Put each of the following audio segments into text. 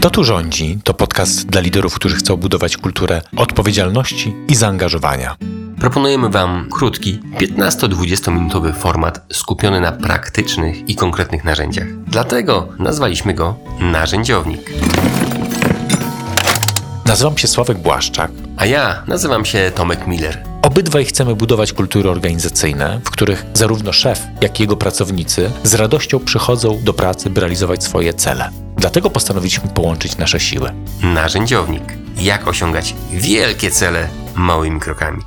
Kto tu rządzi? To podcast dla liderów, którzy chcą budować kulturę odpowiedzialności i zaangażowania. Proponujemy Wam krótki, 15-20 minutowy format skupiony na praktycznych i konkretnych narzędziach. Dlatego nazwaliśmy go Narzędziownik. Nazywam się Sławek Błaszczak. A ja nazywam się Tomek Miller. Obydwaj chcemy budować kultury organizacyjne, w których zarówno szef, jak i jego pracownicy z radością przychodzą do pracy, by realizować swoje cele. Dlatego postanowiliśmy połączyć nasze siły. Narzędziownik. Jak osiągać wielkie cele małymi krokami.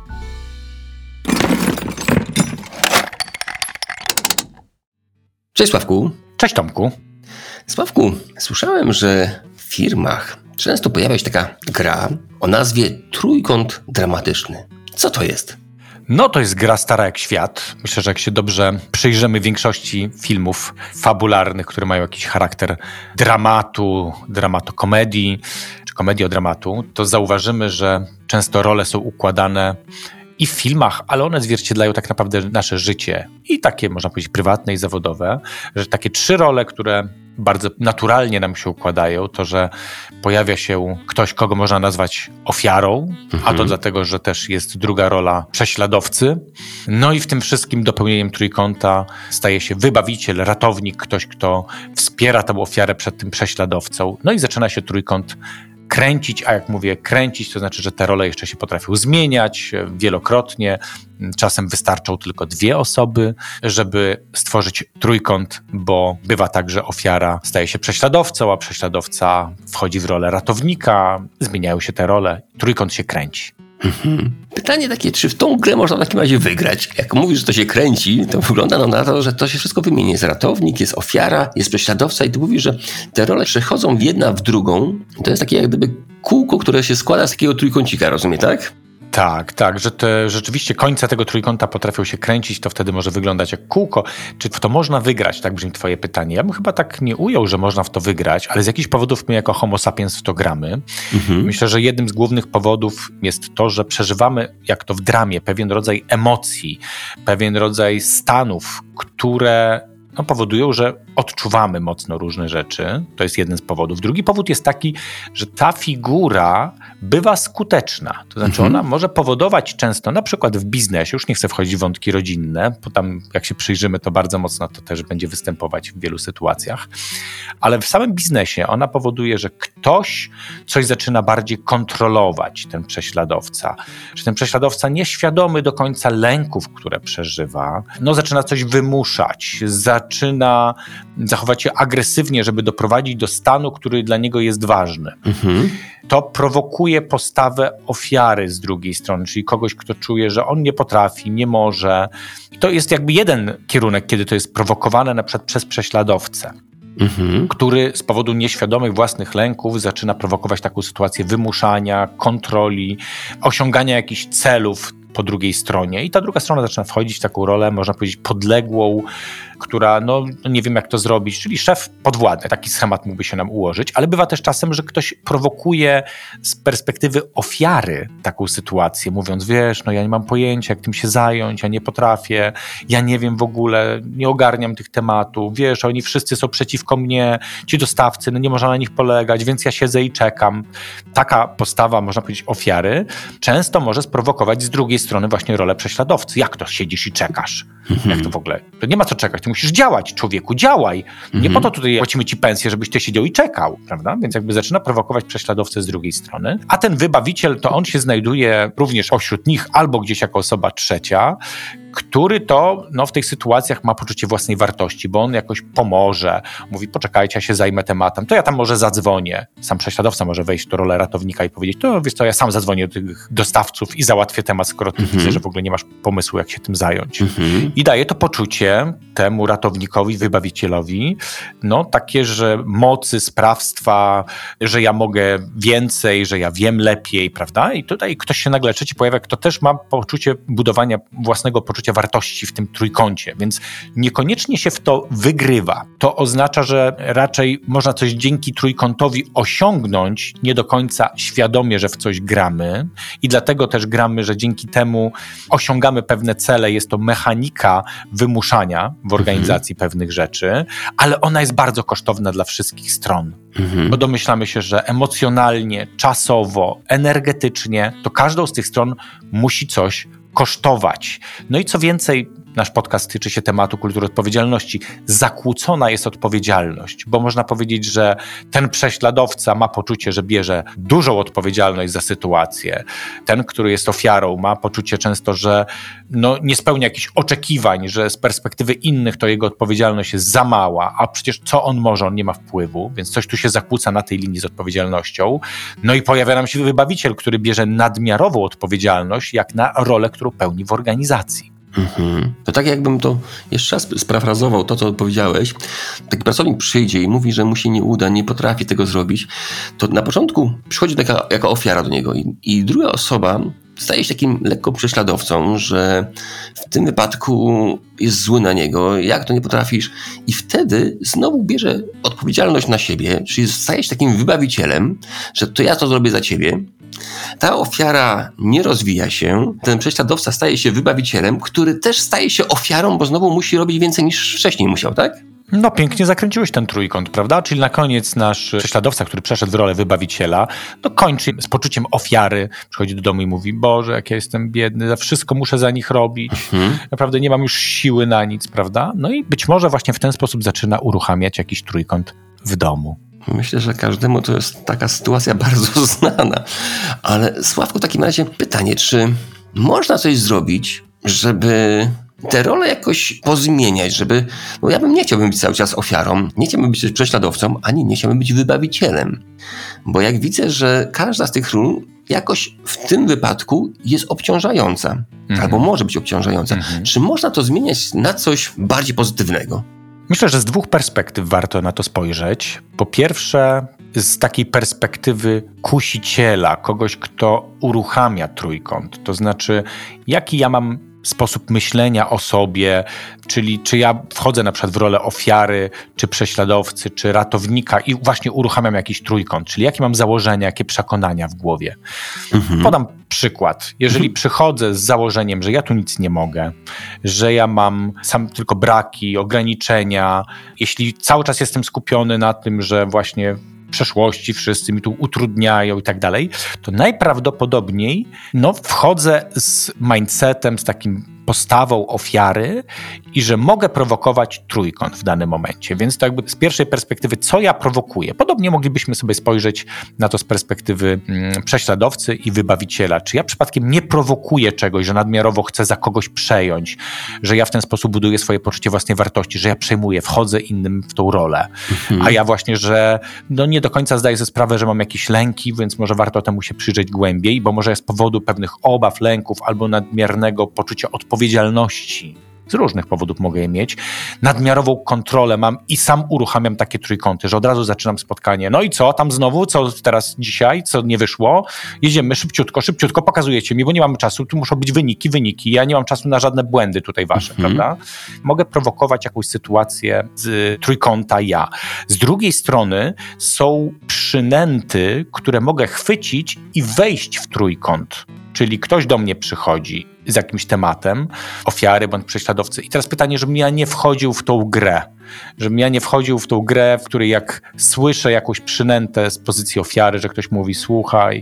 Cześć Sławku. Cześć Tomku. Sławku, słyszałem, że w firmach często pojawia się taka gra o nazwie trójkąt dramatyczny. Co to jest? No to jest gra stara jak świat. Myślę, że jak się dobrze przyjrzymy większości filmów fabularnych, które mają jakiś charakter dramatu, komedii, czy komediodramatu, to zauważymy, że często role są układane i w filmach, ale one zwierciedlają tak naprawdę nasze życie i takie, można powiedzieć, prywatne i zawodowe, że takie trzy role, które bardzo naturalnie nam się układają, to, że pojawia się ktoś, kogo można nazwać ofiarą, a to dlatego, że też jest druga rola prześladowcy. No i w tym wszystkim dopełnieniem trójkąta staje się wybawiciel, ratownik, ktoś, kto wspiera tę ofiarę przed tym prześladowcą. No i zaczyna się trójkąt kręcić, a jak mówię kręcić, to znaczy, że te role jeszcze się potrafią zmieniać wielokrotnie. Czasem wystarczą tylko dwie osoby, żeby stworzyć trójkąt, bo bywa tak, że ofiara staje się prześladowcą, a prześladowca wchodzi w rolę ratownika, zmieniają się te role, trójkąt się kręci. Pytanie takie, czy w tą grę można w takim razie wygrać? Jak mówisz, że to się kręci, to wygląda na to, że to się wszystko wymieni. Jest ratownik, jest ofiara, jest prześladowca i ty mówisz, że te role przechodzą jedna w drugą. To jest takie jak gdyby kółko, które się składa z takiego trójkącika, rozumiem, tak? Tak, że te rzeczywiście końce tego trójkąta potrafią się kręcić, to wtedy może wyglądać jak kółko. Czy w to można wygrać? Tak brzmi twoje pytanie. Ja bym chyba tak nie ujął, że można w to wygrać, ale z jakichś powodów my jako homo sapiens w to gramy. Myślę, że jednym z głównych powodów jest to, że przeżywamy, jak to w dramie, pewien rodzaj emocji, pewien rodzaj stanów, które powodują, że odczuwamy mocno różne rzeczy. To jest jeden z powodów. Drugi powód jest taki, że ta figura bywa skuteczna. To znaczy ona może powodować często, na przykład w biznesie, już nie chcę wchodzić w wątki rodzinne, bo tam jak się przyjrzymy, to bardzo mocno to też będzie występować w wielu sytuacjach, ale w samym biznesie ona powoduje, że ktoś coś zaczyna bardziej kontrolować, ten prześladowca. Że ten prześladowca nieświadomy do końca lęków, które przeżywa, zaczyna coś wymuszać, zaczyna zachować się agresywnie, żeby doprowadzić do stanu, który dla niego jest ważny. To prowokuje postawę ofiary z drugiej strony, czyli kogoś, kto czuje, że on nie potrafi, nie może. I to jest jakby jeden kierunek, kiedy to jest prowokowane na przykład przez prześladowcę, który z powodu nieświadomych własnych lęków zaczyna prowokować taką sytuację wymuszania, kontroli, osiągania jakichś celów po drugiej stronie. I ta druga strona zaczyna wchodzić w taką rolę, można powiedzieć, podległą, która, nie wiem jak to zrobić, czyli szef podwładny. Taki schemat mógłby się nam ułożyć, ale bywa też czasem, że ktoś prowokuje z perspektywy ofiary taką sytuację, mówiąc, wiesz, ja nie mam pojęcia, jak tym się zająć, ja nie potrafię, ja nie wiem w ogóle, nie ogarniam tych tematów, wiesz, oni wszyscy są przeciwko mnie, ci dostawcy, nie można na nich polegać, więc ja siedzę i czekam. Taka postawa, można powiedzieć, ofiary często może sprowokować z drugiej strony właśnie rolę prześladowcy. Jak to siedzisz i czekasz? Jak to w ogóle? To nie ma co czekać, ty musisz działać, człowieku, działaj. Nie po to tutaj płacimy ci pensję, żebyś ty siedział i czekał, prawda? Więc jakby zaczyna prowokować prześladowcę z drugiej strony. A ten wybawiciel, to on się znajduje również pośród nich albo gdzieś jako osoba trzecia, który to w tych sytuacjach ma poczucie własnej wartości, bo on jakoś pomoże, mówi, poczekajcie, ja się zajmę tematem, to ja tam może zadzwonię. Sam prześladowca może wejść w tę rolę ratownika i powiedzieć, to wiesz co, ja sam zadzwonię do tych dostawców i załatwię temat, skoro ty widzę, że w ogóle nie masz pomysłu, jak się tym zająć. I daje to poczucie temu ratownikowi, wybawicielowi, takie, że mocy, sprawstwa, że ja mogę więcej, że ja wiem lepiej, prawda? I tutaj ktoś się nagle trzeci pojawia, kto też ma poczucie budowania własnego poczucia poczucia wartości w tym trójkącie, więc niekoniecznie się w to wygrywa. To oznacza, że raczej można coś dzięki trójkątowi osiągnąć, nie do końca świadomie, że w coś gramy i dlatego też gramy, że dzięki temu osiągamy pewne cele, jest to mechanika wymuszania w organizacji pewnych rzeczy, ale ona jest bardzo kosztowna dla wszystkich stron. Bo domyślamy się, że emocjonalnie, czasowo, energetycznie, to każdą z tych stron musi coś kosztować. No i co więcej, nasz podcast tyczy się tematu kultury odpowiedzialności. Zakłócona jest odpowiedzialność, bo można powiedzieć, że ten prześladowca ma poczucie, że bierze dużą odpowiedzialność za sytuację. Ten, który jest ofiarą, ma poczucie często, że nie spełnia jakichś oczekiwań, że z perspektywy innych to jego odpowiedzialność jest za mała, a przecież co on może, on nie ma wpływu, więc coś tu się zakłóca na tej linii z odpowiedzialnością. No i pojawia nam się wybawiciel, który bierze nadmiarową odpowiedzialność, jak na rolę, którą pełni w organizacji. To tak jakbym to jeszcze raz sparafrazował to, co powiedziałeś. Taki pracownik przyjdzie i mówi, że mu się nie uda, nie potrafi tego zrobić, to na początku przychodzi jako ofiara do niego i druga osoba staje się takim lekko prześladowcą, że w tym wypadku jest zły na niego, jak to nie potrafisz, i wtedy znowu bierze odpowiedzialność na siebie, czyli staje się takim wybawicielem, że to ja to zrobię za ciebie. Ta ofiara nie rozwija się, ten prześladowca staje się wybawicielem, który też staje się ofiarą, bo znowu musi robić więcej niż wcześniej musiał, tak? No pięknie zakręciłeś ten trójkąt, prawda? Czyli na koniec nasz prześladowca, który przeszedł w rolę wybawiciela, kończy z poczuciem ofiary, przychodzi do domu i mówi: Boże, jak ja jestem biedny, za wszystko muszę za nich robić, naprawdę nie mam już siły na nic, prawda? No i być może właśnie w ten sposób zaczyna uruchamiać jakiś trójkąt w domu. Myślę, że każdemu to jest taka sytuacja bardzo znana. Ale Sławku, w takim razie pytanie, czy można coś zrobić, żeby te role jakoś pozmieniać, żeby... Bo ja nie chciałbym być cały czas ofiarą, nie chciałbym być prześladowcą, ani nie chciałbym być wybawicielem. Bo jak widzę, że każda z tych ról jakoś w tym wypadku jest obciążająca, albo może być obciążająca, czy można to zmieniać na coś bardziej pozytywnego? Myślę, że z dwóch perspektyw warto na to spojrzeć. Po pierwsze, z takiej perspektywy kusiciela, kogoś, kto uruchamia trójkąt. To znaczy, jaki ja mam sposób myślenia o sobie, czyli czy ja wchodzę na przykład w rolę ofiary, czy prześladowcy, czy ratownika i właśnie uruchamiam jakiś trójkąt, czyli jakie mam założenia, jakie przekonania w głowie. Podam przykład. Jeżeli przychodzę z założeniem, że ja tu nic nie mogę, że ja mam sam tylko braki, ograniczenia, jeśli cały czas jestem skupiony na tym, że właśnie w przeszłości wszyscy mi tu utrudniają i tak dalej, to najprawdopodobniej wchodzę z mindsetem, z takim postawą ofiary i że mogę prowokować trójkąt w danym momencie. Więc to jakby z pierwszej perspektywy, co ja prowokuję. Podobnie moglibyśmy sobie spojrzeć na to z perspektywy prześladowcy i wybawiciela. Czy ja przypadkiem nie prowokuję czegoś, że nadmiarowo chcę za kogoś przejąć, że ja w ten sposób buduję swoje poczucie własnej wartości, że ja przejmuję, wchodzę innym w tą rolę. A ja właśnie, że nie do końca zdaję sobie sprawę, że mam jakieś lęki, więc może warto temu się przyjrzeć głębiej, bo może z powodu pewnych obaw, lęków albo nadmiernego poczucia odpowiedzialności, z różnych powodów mogę je mieć, nadmiarową kontrolę mam i sam uruchamiam takie trójkąty, że od razu zaczynam spotkanie. No i co tam znowu? Co teraz dzisiaj? Co nie wyszło? Jedziemy szybciutko, pokazujecie mi, bo nie mamy czasu, tu muszą być wyniki. Ja nie mam czasu na żadne błędy tutaj wasze, prawda? Mogę prowokować jakąś sytuację z trójkąta ja. Z drugiej strony są przynęty, które mogę chwycić i wejść w trójkąt. Czyli ktoś do mnie przychodzi z jakimś tematem, ofiary bądź prześladowcy. I teraz pytanie, żebym ja nie wchodził w tą grę. Żebym ja nie wchodził w tą grę, w której jak słyszę jakąś przynętę z pozycji ofiary, że ktoś mówi: słuchaj,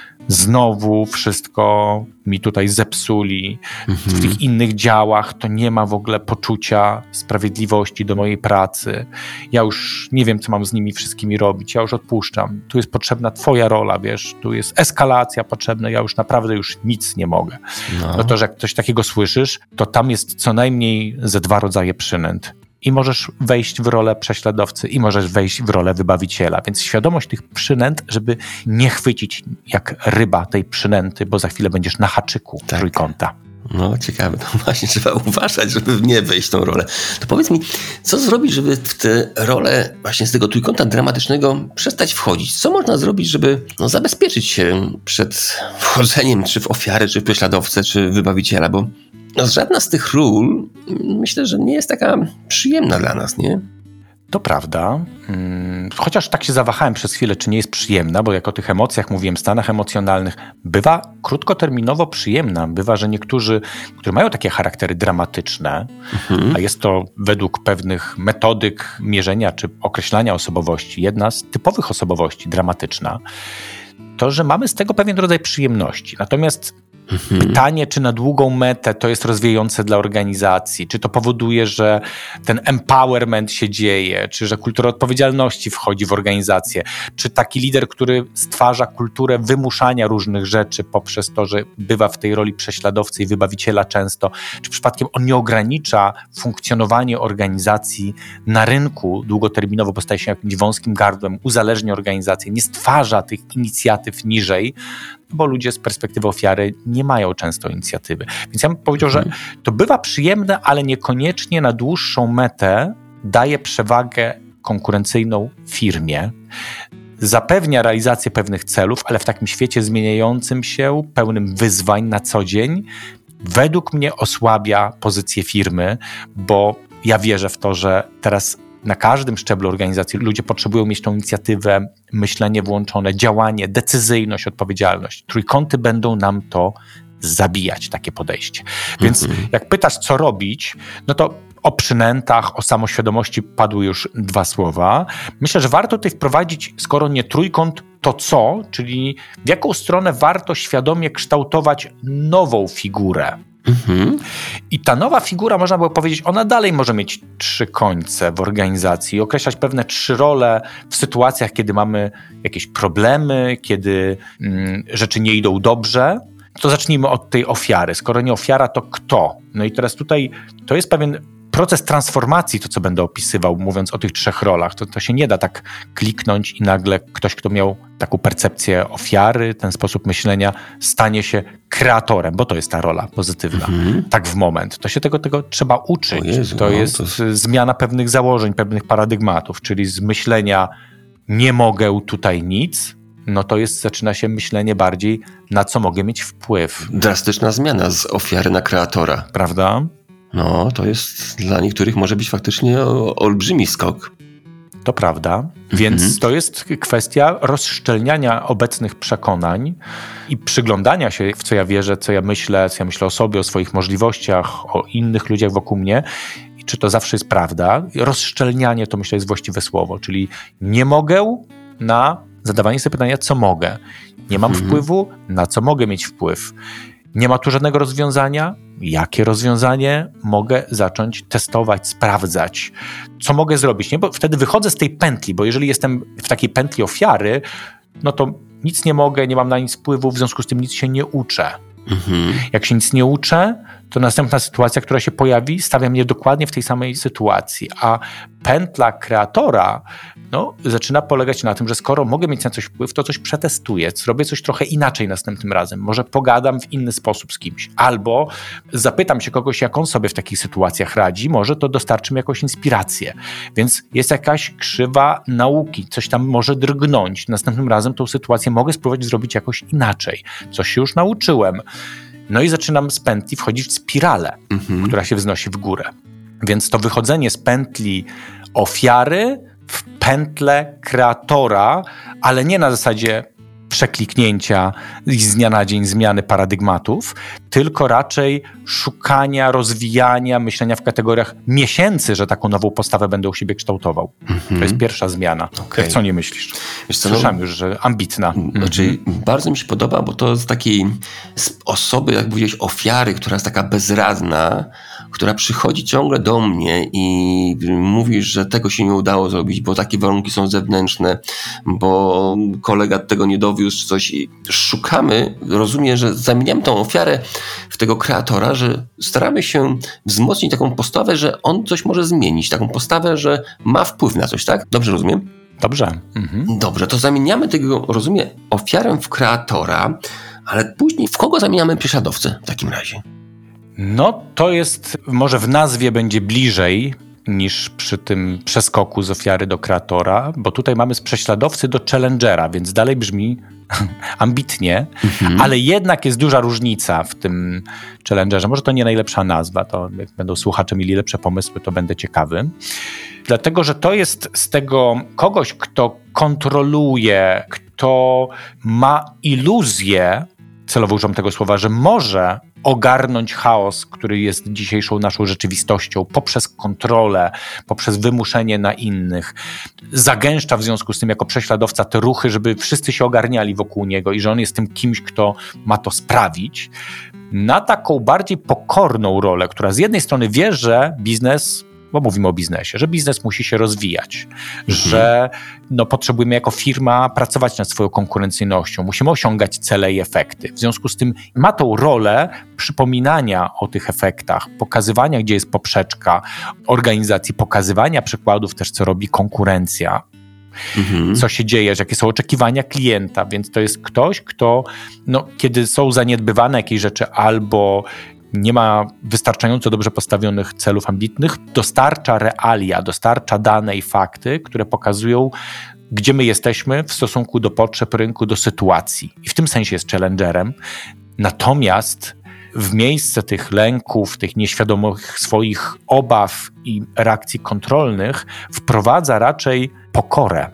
znowu wszystko mi tutaj zepsuli. W tych innych działach to nie ma w ogóle poczucia sprawiedliwości do mojej pracy. Ja już nie wiem, co mam z nimi wszystkimi robić. Ja już odpuszczam. Tu jest potrzebna twoja rola, wiesz. Tu jest eskalacja potrzebna. Ja już naprawdę nic nie mogę. No to, że jak coś takiego słyszysz, to tam jest co najmniej ze 2 rodzaje przynęt. I możesz wejść w rolę prześladowcy i możesz wejść w rolę wybawiciela. Więc świadomość tych przynęt, żeby nie chwycić jak ryba tej przynęty, bo za chwilę będziesz na haczyku trójkąta. No ciekawe, no właśnie trzeba uważać, żeby nie wejść w tą rolę. To powiedz mi, co zrobić, żeby w tę rolę właśnie z tego trójkąta dramatycznego przestać wchodzić? Co można zrobić, żeby zabezpieczyć się przed wchodzeniem czy w ofiarę, czy w prześladowcę, czy wybawiciela? Bo No, żadna z tych ról myślę, że nie jest taka przyjemna dla nas, nie? To prawda. Chociaż tak się zawahałem przez chwilę, czy nie jest przyjemna, bo jak o tych emocjach mówiłem, stanach emocjonalnych, bywa krótkoterminowo przyjemna. Bywa, że niektórzy, którzy mają takie charaktery dramatyczne, a jest to według pewnych metodyk mierzenia czy określania osobowości, jedna z typowych osobowości dramatyczna, to, że mamy z tego pewien rodzaj przyjemności. Natomiast pytanie, czy na długą metę to jest rozwijające dla organizacji, czy to powoduje, że ten empowerment się dzieje, czy że kultura odpowiedzialności wchodzi w organizację, czy taki lider, który stwarza kulturę wymuszania różnych rzeczy poprzez to, że bywa w tej roli prześladowcy i wybawiciela często, czy przypadkiem on nie ogranicza funkcjonowanie organizacji na rynku długoterminowo, bo staje się jakimś wąskim gardłem, uzależnia organizację, nie stwarza tych inicjatyw niżej, bo ludzie z perspektywy ofiary nie mają często inicjatywy. Więc ja bym powiedział, że to bywa przyjemne, ale niekoniecznie na dłuższą metę daje przewagę konkurencyjną firmie, zapewnia realizację pewnych celów, ale w takim świecie zmieniającym się, pełnym wyzwań na co dzień, według mnie osłabia pozycję firmy, bo ja wierzę w to, że teraz na każdym szczeblu organizacji ludzie potrzebują mieć tą inicjatywę, myślenie włączone, działanie, decyzyjność, odpowiedzialność. Trójkąty będą nam to zabijać, takie podejście. Więc jak pytasz, co robić, no to o przynętach, o samoświadomości padły już 2 słowa. Myślę, że warto tutaj wprowadzić, skoro nie trójkąt, to co, czyli w jaką stronę warto świadomie kształtować nową figurę. I ta nowa figura, można by powiedzieć, ona dalej może mieć 3 końce w organizacji i określać pewne 3 role w sytuacjach, kiedy mamy jakieś problemy, kiedy rzeczy nie idą dobrze. To zacznijmy od tej ofiary. Skoro nie ofiara, to kto? No i teraz tutaj to jest pewien proces transformacji, to co będę opisywał, mówiąc o tych 3 rolach. To się nie da tak kliknąć i nagle ktoś, kto miał taką percepcję ofiary, ten sposób myślenia, stanie się kreatorem, bo to jest ta rola pozytywna. Tak w moment. To się tego trzeba uczyć. Jezu, to jest zmiana pewnych założeń, pewnych paradygmatów, czyli z myślenia nie mogę tutaj nic, no to zaczyna się myślenie bardziej, na co mogę mieć wpływ. Drastyczna zmiana z ofiary na kreatora. Prawda? No, to jest dla niektórych może być faktycznie olbrzymi skok. To prawda, więc to jest kwestia rozszczelniania obecnych przekonań i przyglądania się, w co ja wierzę, co ja myślę o sobie, o swoich możliwościach, o innych ludziach wokół mnie i czy to zawsze jest prawda. Rozszczelnianie to, myślę, jest właściwe słowo, czyli nie mogę na zadawanie sobie pytania, co mogę. Nie mam wpływu, na co mogę mieć wpływ. Nie ma tu żadnego rozwiązania. Jakie rozwiązanie mogę zacząć testować, sprawdzać? Co mogę zrobić? Nie? Bo wtedy wychodzę z tej pętli, bo jeżeli jestem w takiej pętli ofiary, no to nic nie mogę, nie mam na nic wpływu, w związku z tym nic się nie uczę. Jak się nic nie uczę, to następna sytuacja, która się pojawi, stawia mnie dokładnie w tej samej sytuacji. A pętla kreatora zaczyna polegać na tym, że skoro mogę mieć na coś wpływ, to coś przetestuję, zrobię coś trochę inaczej następnym razem. Może pogadam w inny sposób z kimś. Albo zapytam się kogoś, jak on sobie w takich sytuacjach radzi. Może to dostarczy mi jakąś inspirację. Więc jest jakaś krzywa nauki. Coś tam może drgnąć. Następnym razem tą sytuację mogę spróbować zrobić jakoś inaczej. Coś się już nauczyłem. No i zaczynam z pętli wchodzić w spiralę, która się wznosi w górę. Więc to wychodzenie z pętli ofiary w pętlę kreatora, ale nie na zasadzie przekliknięcia i z dnia na dzień zmiany paradygmatów, tylko raczej szukania, rozwijania, myślenia w kategoriach miesięcy, że taką nową postawę będę u siebie kształtował. To jest pierwsza zmiana. Okay. Co nie myślisz? Słyszałem już, że ambitna. Znaczy, bardzo mi się podoba, bo to z takiej osoby, jak powiedziałeś, ofiary, która jest taka bezradna, która przychodzi ciągle do mnie i mówi, że tego się nie udało zrobić, bo takie warunki są zewnętrzne, bo kolega tego nie dowiózł, czy coś. I szukamy, rozumiem, że zamieniamy tą ofiarę w tego kreatora, że staramy się wzmocnić taką postawę, że on coś może zmienić, taką postawę, że ma wpływ na coś, tak? Dobrze rozumiem? Dobrze. Dobrze, to zamieniamy tego, rozumiem, ofiarę w kreatora, ale później w kogo zamieniamy prześladowcę w takim razie? No to jest, może w nazwie będzie bliżej niż przy tym przeskoku z ofiary do kreatora, bo tutaj mamy z prześladowcy do challengera, więc dalej brzmi ambitnie, ale jednak jest duża różnica w tym challengerze. Może to nie najlepsza nazwa, to jak będą słuchacze mieli lepsze pomysły, to będę ciekawy. Dlatego, że to jest z tego kogoś, kto kontroluje, kto ma iluzję, celowo używam tego słowa, że może ogarnąć chaos, który jest dzisiejszą naszą rzeczywistością poprzez kontrolę, poprzez wymuszenie na innych. Zagęszcza w związku z tym jako prześladowca te ruchy, żeby wszyscy się ogarniali wokół niego i że on jest tym kimś, kto ma to sprawić. Na taką bardziej pokorną rolę, która z jednej strony wie, że biznes, bo mówimy o biznesie, że biznes musi się rozwijać, że potrzebujemy jako firma pracować nad swoją konkurencyjnością, musimy osiągać cele i efekty. W związku z tym ma tą rolę przypominania o tych efektach, pokazywania, gdzie jest poprzeczka organizacji, pokazywania przykładów też, co robi konkurencja, co się dzieje, jakie są oczekiwania klienta, więc to jest ktoś, kto kiedy są zaniedbywane jakieś rzeczy albo nie ma wystarczająco dobrze postawionych celów ambitnych, dostarcza realia, dostarcza dane i fakty, które pokazują, gdzie my jesteśmy w stosunku do potrzeb rynku, do sytuacji. I w tym sensie jest challengerem. Natomiast w miejsce tych lęków, tych nieświadomych swoich obaw i reakcji kontrolnych wprowadza raczej pokorę.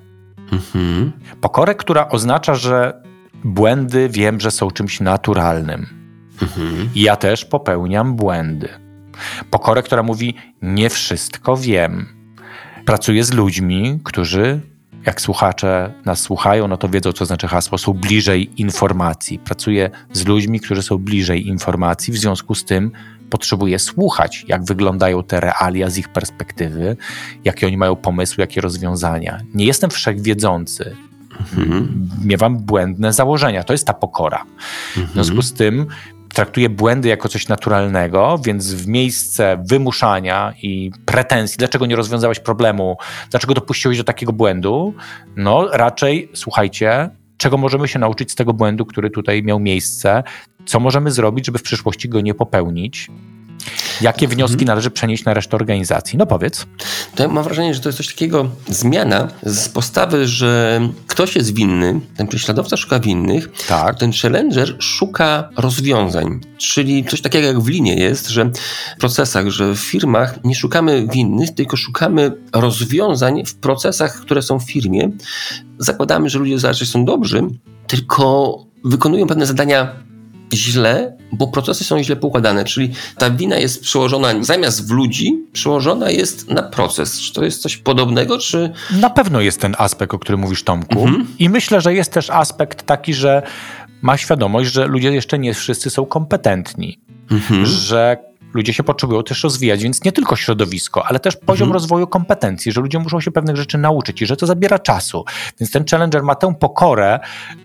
Pokorę, która oznacza, że błędy wiem, że są czymś naturalnym. Ja też popełniam błędy. Pokorę, która mówi, nie wszystko wiem. Pracuję z ludźmi, którzy, jak słuchacze nas słuchają, to wiedzą, co znaczy hasło, są bliżej informacji. Pracuję z ludźmi, którzy są bliżej informacji, w związku z tym potrzebuję słuchać, jak wyglądają te realia z ich perspektywy, jakie oni mają pomysły, jakie rozwiązania. Nie jestem wszechwiedzący. Miewam błędne założenia. To jest ta pokora. W związku z tym traktuję błędy jako coś naturalnego, więc w miejsce wymuszania i pretensji, dlaczego nie rozwiązałeś problemu, dlaczego dopuściłeś do takiego błędu, raczej słuchajcie, czego możemy się nauczyć z tego błędu, który tutaj miał miejsce, co możemy zrobić, żeby w przyszłości go nie popełnić, jakie wnioski należy przenieść na resztę organizacji. Powiedz. To ja mam wrażenie, że to jest coś takiego, zmiana z postawy, że ktoś jest winny, ten prześladowca szuka winnych, tak. Ten challenger szuka rozwiązań. Czyli coś takiego jak w Linie jest, że w procesach, że w firmach nie szukamy winnych, tylko szukamy rozwiązań w procesach, które są w firmie. Zakładamy, że ludzie zazwyczaj są dobrzy, tylko wykonują pewne zadania źle, bo procesy są źle poukładane, czyli ta wina jest przełożona zamiast w ludzi, przełożona jest na proces. Czy to jest coś podobnego, czy... Na pewno jest ten aspekt, o którym mówisz, Tomku. I myślę, że jest też aspekt taki, że ma świadomość, że ludzie jeszcze nie wszyscy są kompetentni, że ludzie się potrzebują też rozwijać, więc nie tylko środowisko, ale też poziom rozwoju kompetencji, że ludzie muszą się pewnych rzeczy nauczyć i że to zabiera czasu. Więc ten challenger ma tę pokorę,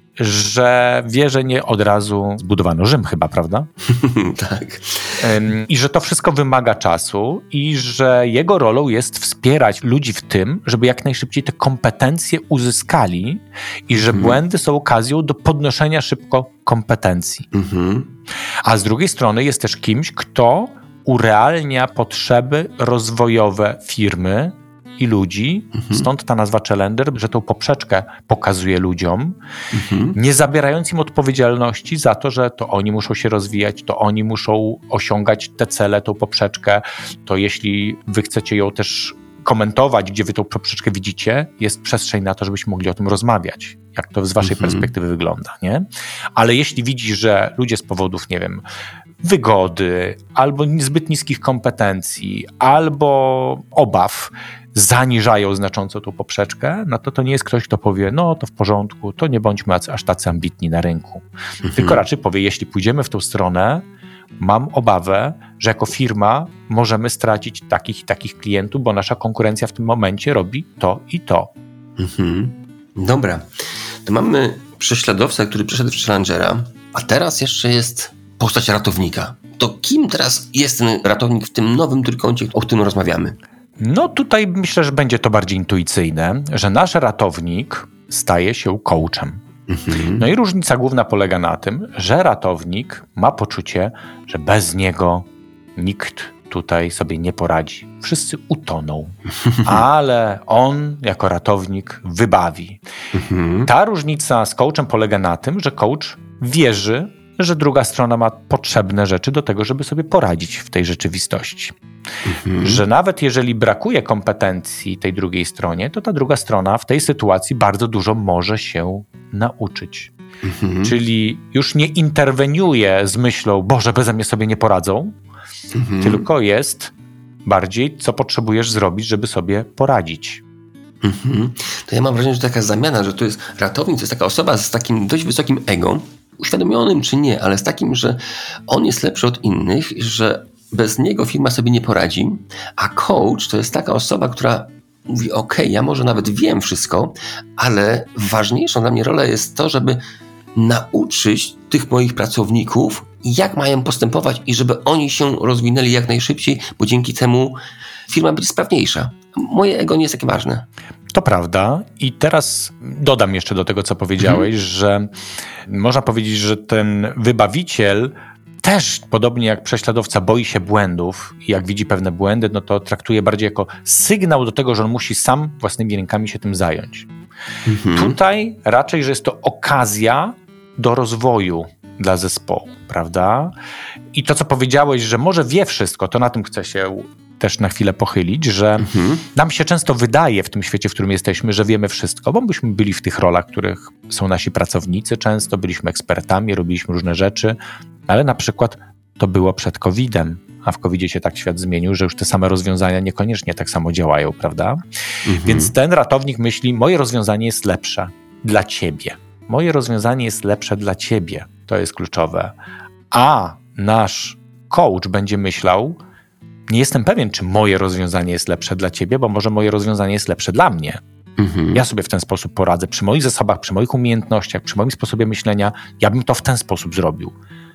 że wie, że nie od razu zbudowano Rzym chyba, prawda? Tak. I że to wszystko wymaga czasu i że jego rolą jest wspierać ludzi w tym, żeby jak najszybciej te kompetencje uzyskali i że błędy są okazją do podnoszenia szybko kompetencji. A z drugiej strony jest też kimś, kto urealnia potrzeby rozwojowe firmy i ludzi, stąd ta nazwa challenger, że tą poprzeczkę pokazuje ludziom, nie zabierając im odpowiedzialności za to, że to oni muszą się rozwijać, to oni muszą osiągać te cele, tą poprzeczkę, to jeśli wy chcecie ją też komentować, gdzie wy tą poprzeczkę widzicie, jest przestrzeń na to, żebyśmy mogli o tym rozmawiać, jak to z waszej perspektywy wygląda, nie? Ale jeśli widzisz, że ludzie z powodów, nie wiem, wygody, albo zbyt niskich kompetencji, albo obaw zaniżają znacząco tą poprzeczkę, to nie jest ktoś, kto powie, to w porządku, to nie bądźmy aż tacy ambitni na rynku. Tylko raczej powie, jeśli pójdziemy w tą stronę, mam obawę, że jako firma możemy stracić takich i takich klientów, bo nasza konkurencja w tym momencie robi to i to. Dobra. To mamy prześladowcę, który przyszedł w challengera, a teraz jeszcze jest postać ratownika. To kim teraz jest ten ratownik w tym nowym trójkącie, o którym rozmawiamy? Tutaj myślę, że będzie to bardziej intuicyjne, że nasz ratownik staje się coachem. I różnica główna polega na tym, że ratownik ma poczucie, że bez niego nikt tutaj sobie nie poradzi. Wszyscy utoną, ale on jako ratownik wybawi. Ta różnica z coachem polega na tym, że coach wierzy, że druga strona ma potrzebne rzeczy do tego, żeby sobie poradzić w tej rzeczywistości. Że nawet jeżeli brakuje kompetencji tej drugiej stronie, to ta druga strona w tej sytuacji bardzo dużo może się nauczyć. Czyli już nie interweniuje z myślą, Boże, beze mnie sobie nie poradzą, tylko jest bardziej, co potrzebujesz zrobić, żeby sobie poradzić. To ja mam wrażenie, że taka zamiana, że to jest ratownik, to jest taka osoba z takim dość wysokim ego, uświadomionym czy nie, ale z takim, że on jest lepszy od innych, że bez niego firma sobie nie poradzi, a coach to jest taka osoba, która mówi, ja może nawet wiem wszystko, ale ważniejszą dla mnie rolą jest to, żeby nauczyć tych moich pracowników, jak mają postępować i żeby oni się rozwinęli jak najszybciej, bo dzięki temu firma będzie sprawniejsza. Moje ego nie jest takie ważne. To prawda i teraz dodam jeszcze do tego, co powiedziałeś, że można powiedzieć, że ten wybawiciel też, podobnie jak prześladowca, boi się błędów i jak widzi pewne błędy, no to traktuje bardziej jako sygnał do tego, że on musi sam własnymi rękami się tym zająć. Tutaj raczej, że jest to okazja do rozwoju dla zespołu, prawda? I to, co powiedziałeś, że może wie wszystko, to na tym chcę się też na chwilę pochylić, że nam się często wydaje w tym świecie, w którym jesteśmy, że wiemy wszystko, bo myśmy byli w tych rolach, których są nasi pracownicy często, byliśmy ekspertami, robiliśmy różne rzeczy, ale na przykład to było przed COVID-em, a w COVID-zie się tak świat zmienił, że już te same rozwiązania niekoniecznie tak samo działają, prawda? Więc ten ratownik myśli, moje rozwiązanie jest lepsze dla ciebie. Moje rozwiązanie jest lepsze dla ciebie. To jest kluczowe. A nasz coach będzie myślał, nie jestem pewien, czy moje rozwiązanie jest lepsze dla ciebie, bo może moje rozwiązanie jest lepsze dla mnie. Ja sobie w ten sposób poradzę. Przy moich zasobach, przy moich umiejętnościach, przy moim sposobie myślenia, ja bym to w ten sposób zrobił.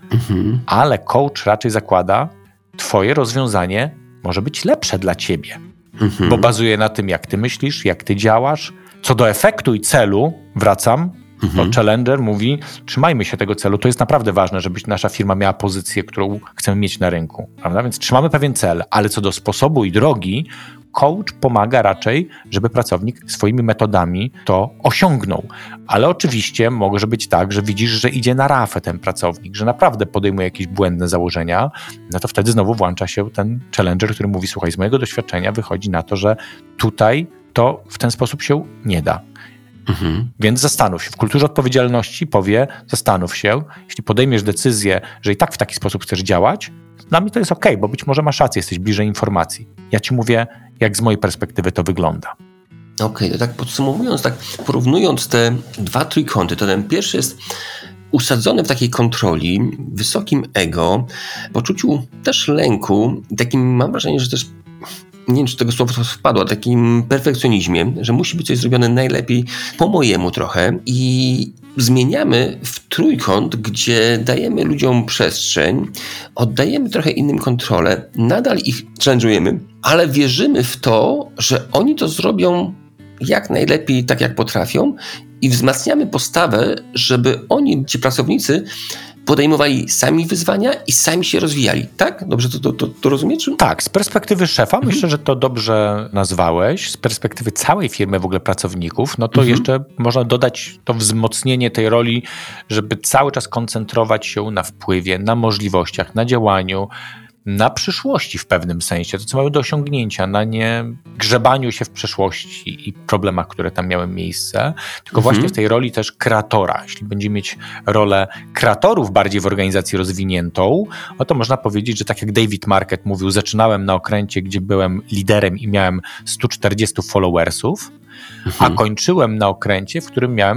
Ale coach raczej zakłada, twoje rozwiązanie może być lepsze dla ciebie. Bo bazuje na tym, jak ty myślisz, jak ty działasz. Co do efektu i celu, wracam, to Challenger mówi, trzymajmy się tego celu. To jest naprawdę ważne, żeby nasza firma miała pozycję, którą chcemy mieć na rynku. Prawda? Więc trzymamy pewien cel, ale co do sposobu i drogi, coach pomaga raczej, żeby pracownik swoimi metodami to osiągnął. Ale oczywiście może być tak, że widzisz, że idzie na rafę ten pracownik, że naprawdę podejmuje jakieś błędne założenia, no to wtedy znowu włącza się ten Challenger, który mówi, słuchaj, z mojego doświadczenia wychodzi na to, że tutaj to w ten sposób się nie da. Więc zastanów się. W kulturze odpowiedzialności powie, zastanów się, jeśli podejmiesz decyzję, że i tak w taki sposób chcesz działać, dla mnie to jest okej, bo być może masz rację, jesteś bliżej informacji. Ja ci mówię, jak z mojej perspektywy to wygląda. Okej, to tak podsumowując, tak porównując te dwa trójkąty, to ten pierwszy jest usadzony w takiej kontroli, wysokim ego, poczuciu też lęku, takim mam wrażenie, że też nie wiem, czy tego słowa wpadło, takim perfekcjonizmie, że musi być coś zrobione najlepiej po mojemu trochę i zmieniamy w trójkąt, gdzie dajemy ludziom przestrzeń, oddajemy trochę innym kontrolę, nadal ich challenge'ujemy, ale wierzymy w to, że oni to zrobią jak najlepiej, tak jak potrafią i wzmacniamy postawę, żeby oni, ci pracownicy, podejmowali sami wyzwania i sami się rozwijali. Tak? Dobrze to rozumiesz? Tak, z perspektywy szefa myślę, że to dobrze nazwałeś. Z perspektywy całej firmy, w ogóle pracowników, no to jeszcze można dodać to wzmocnienie tej roli, żeby cały czas koncentrować się na wpływie, na możliwościach, na działaniu, na przyszłości w pewnym sensie, to co mamy do osiągnięcia, na nie grzebaniu się w przeszłości i problemach, które tam miały miejsce, tylko właśnie w tej roli też kreatora. Jeśli będziemy mieć rolę kreatorów bardziej w organizacji rozwiniętą, no to można powiedzieć, że tak jak David Marquet mówił, zaczynałem na okręcie, gdzie byłem liderem i miałem 140 followersów, a kończyłem na okręcie, w którym miałem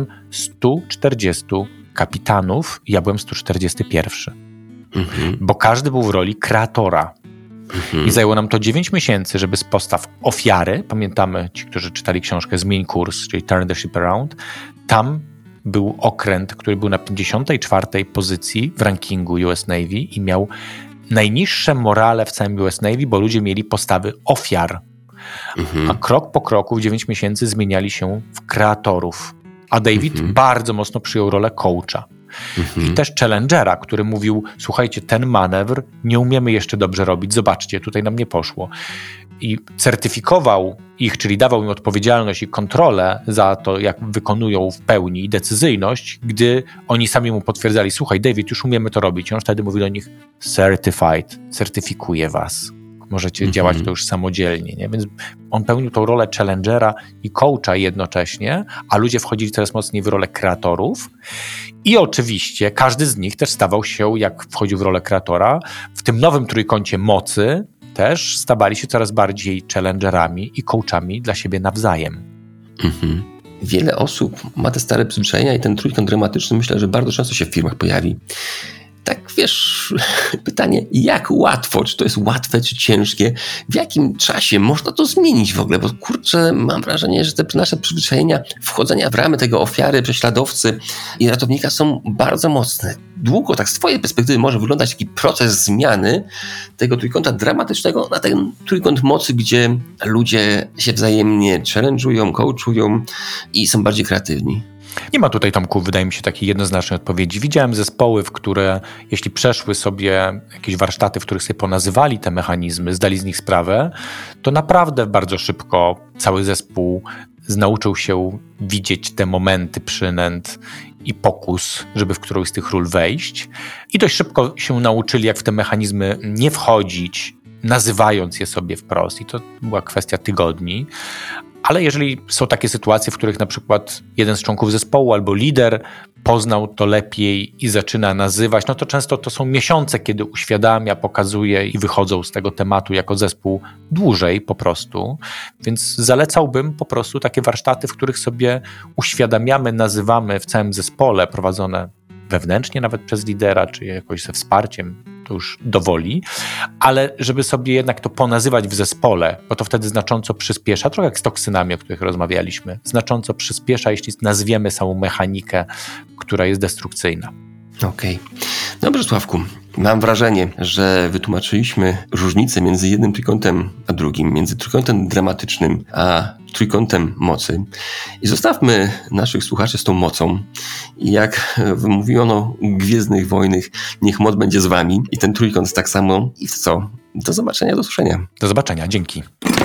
140 kapitanów i ja byłem 141. Bo każdy był w roli kreatora. I zajęło nam to 9 miesięcy, żeby z postaw ofiary, pamiętamy ci, którzy czytali książkę Zmień kurs, czyli Turn the Ship Around, tam był okręt, który był na 54 pozycji w rankingu US Navy i miał najniższe morale w całym US Navy, bo ludzie mieli postawy ofiar. A krok po kroku w 9 miesięcy zmieniali się w kreatorów. A David bardzo mocno przyjął rolę coacha. I też challengera, który mówił, słuchajcie, ten manewr nie umiemy jeszcze dobrze robić, zobaczcie, tutaj nam nie poszło. I certyfikował ich, czyli dawał im odpowiedzialność i kontrolę za to, jak wykonują w pełni i decyzyjność, gdy oni sami mu potwierdzali, słuchaj, David, już umiemy to robić. I on wtedy mówi do nich, certified, certyfikuję was. Możecie działać to już samodzielnie. Nie? Więc on pełnił tą rolę challengera i coacha jednocześnie, a ludzie wchodzili coraz mocniej w rolę kreatorów. I oczywiście każdy z nich też stawał się, jak wchodził w rolę kreatora, w tym nowym trójkącie mocy też stawali się coraz bardziej challengerami i coachami dla siebie nawzajem. Wiele osób ma te stare przyzwyczajenia i ten trójkąt dramatyczny myślę, że bardzo często się w firmach pojawi. Tak, wiesz, pytanie, jak łatwo, czy to jest łatwe, czy ciężkie, w jakim czasie można to zmienić w ogóle, bo kurczę, mam wrażenie, że te nasze przyzwyczajenia wchodzenia w ramy tego ofiary, prześladowcy i ratownika są bardzo mocne. Długo, tak z twojej perspektywy może wyglądać taki proces zmiany tego trójkąta dramatycznego na ten trójkąt mocy, gdzie ludzie się wzajemnie challenge'ują, coachują i są bardziej kreatywni. Nie ma tutaj, Tomku, wydaje mi się, takiej jednoznacznej odpowiedzi. Widziałem zespoły, w które jeśli przeszły sobie jakieś warsztaty, w których sobie ponazywali te mechanizmy, zdali z nich sprawę, to naprawdę bardzo szybko cały zespół nauczył się widzieć te momenty przynęt i pokus, żeby w którąś z tych ról wejść. I dość szybko się nauczyli, jak w te mechanizmy nie wchodzić, nazywając je sobie wprost. I to była kwestia tygodni. Ale jeżeli są takie sytuacje, w których na przykład jeden z członków zespołu albo lider poznał to lepiej i zaczyna nazywać, no to często to są miesiące, kiedy uświadamia, pokazuje i wychodzą z tego tematu jako zespół dłużej po prostu. Więc zalecałbym po prostu takie warsztaty, w których sobie uświadamiamy, nazywamy w całym zespole, prowadzone wewnętrznie nawet przez lidera, czy jakoś ze wsparciem, to już dowoli, ale żeby sobie jednak to ponazywać w zespole, bo to wtedy znacząco przyspiesza, trochę jak z toksynami, o których rozmawialiśmy, znacząco przyspiesza, jeśli nazwiemy samą mechanikę, która jest destrukcyjna. Okej. Dobrze, Sławku. Mam wrażenie, że wytłumaczyliśmy różnicę między jednym trójkątem a drugim, między trójkątem dramatycznym a trójkątem mocy. I zostawmy naszych słuchaczy z tą mocą. I jak mówiono w Gwiezdnych Wojnach, niech moc będzie z wami. I ten trójkąt tak samo. I co? Do zobaczenia, do usłyszenia. Do zobaczenia, dzięki.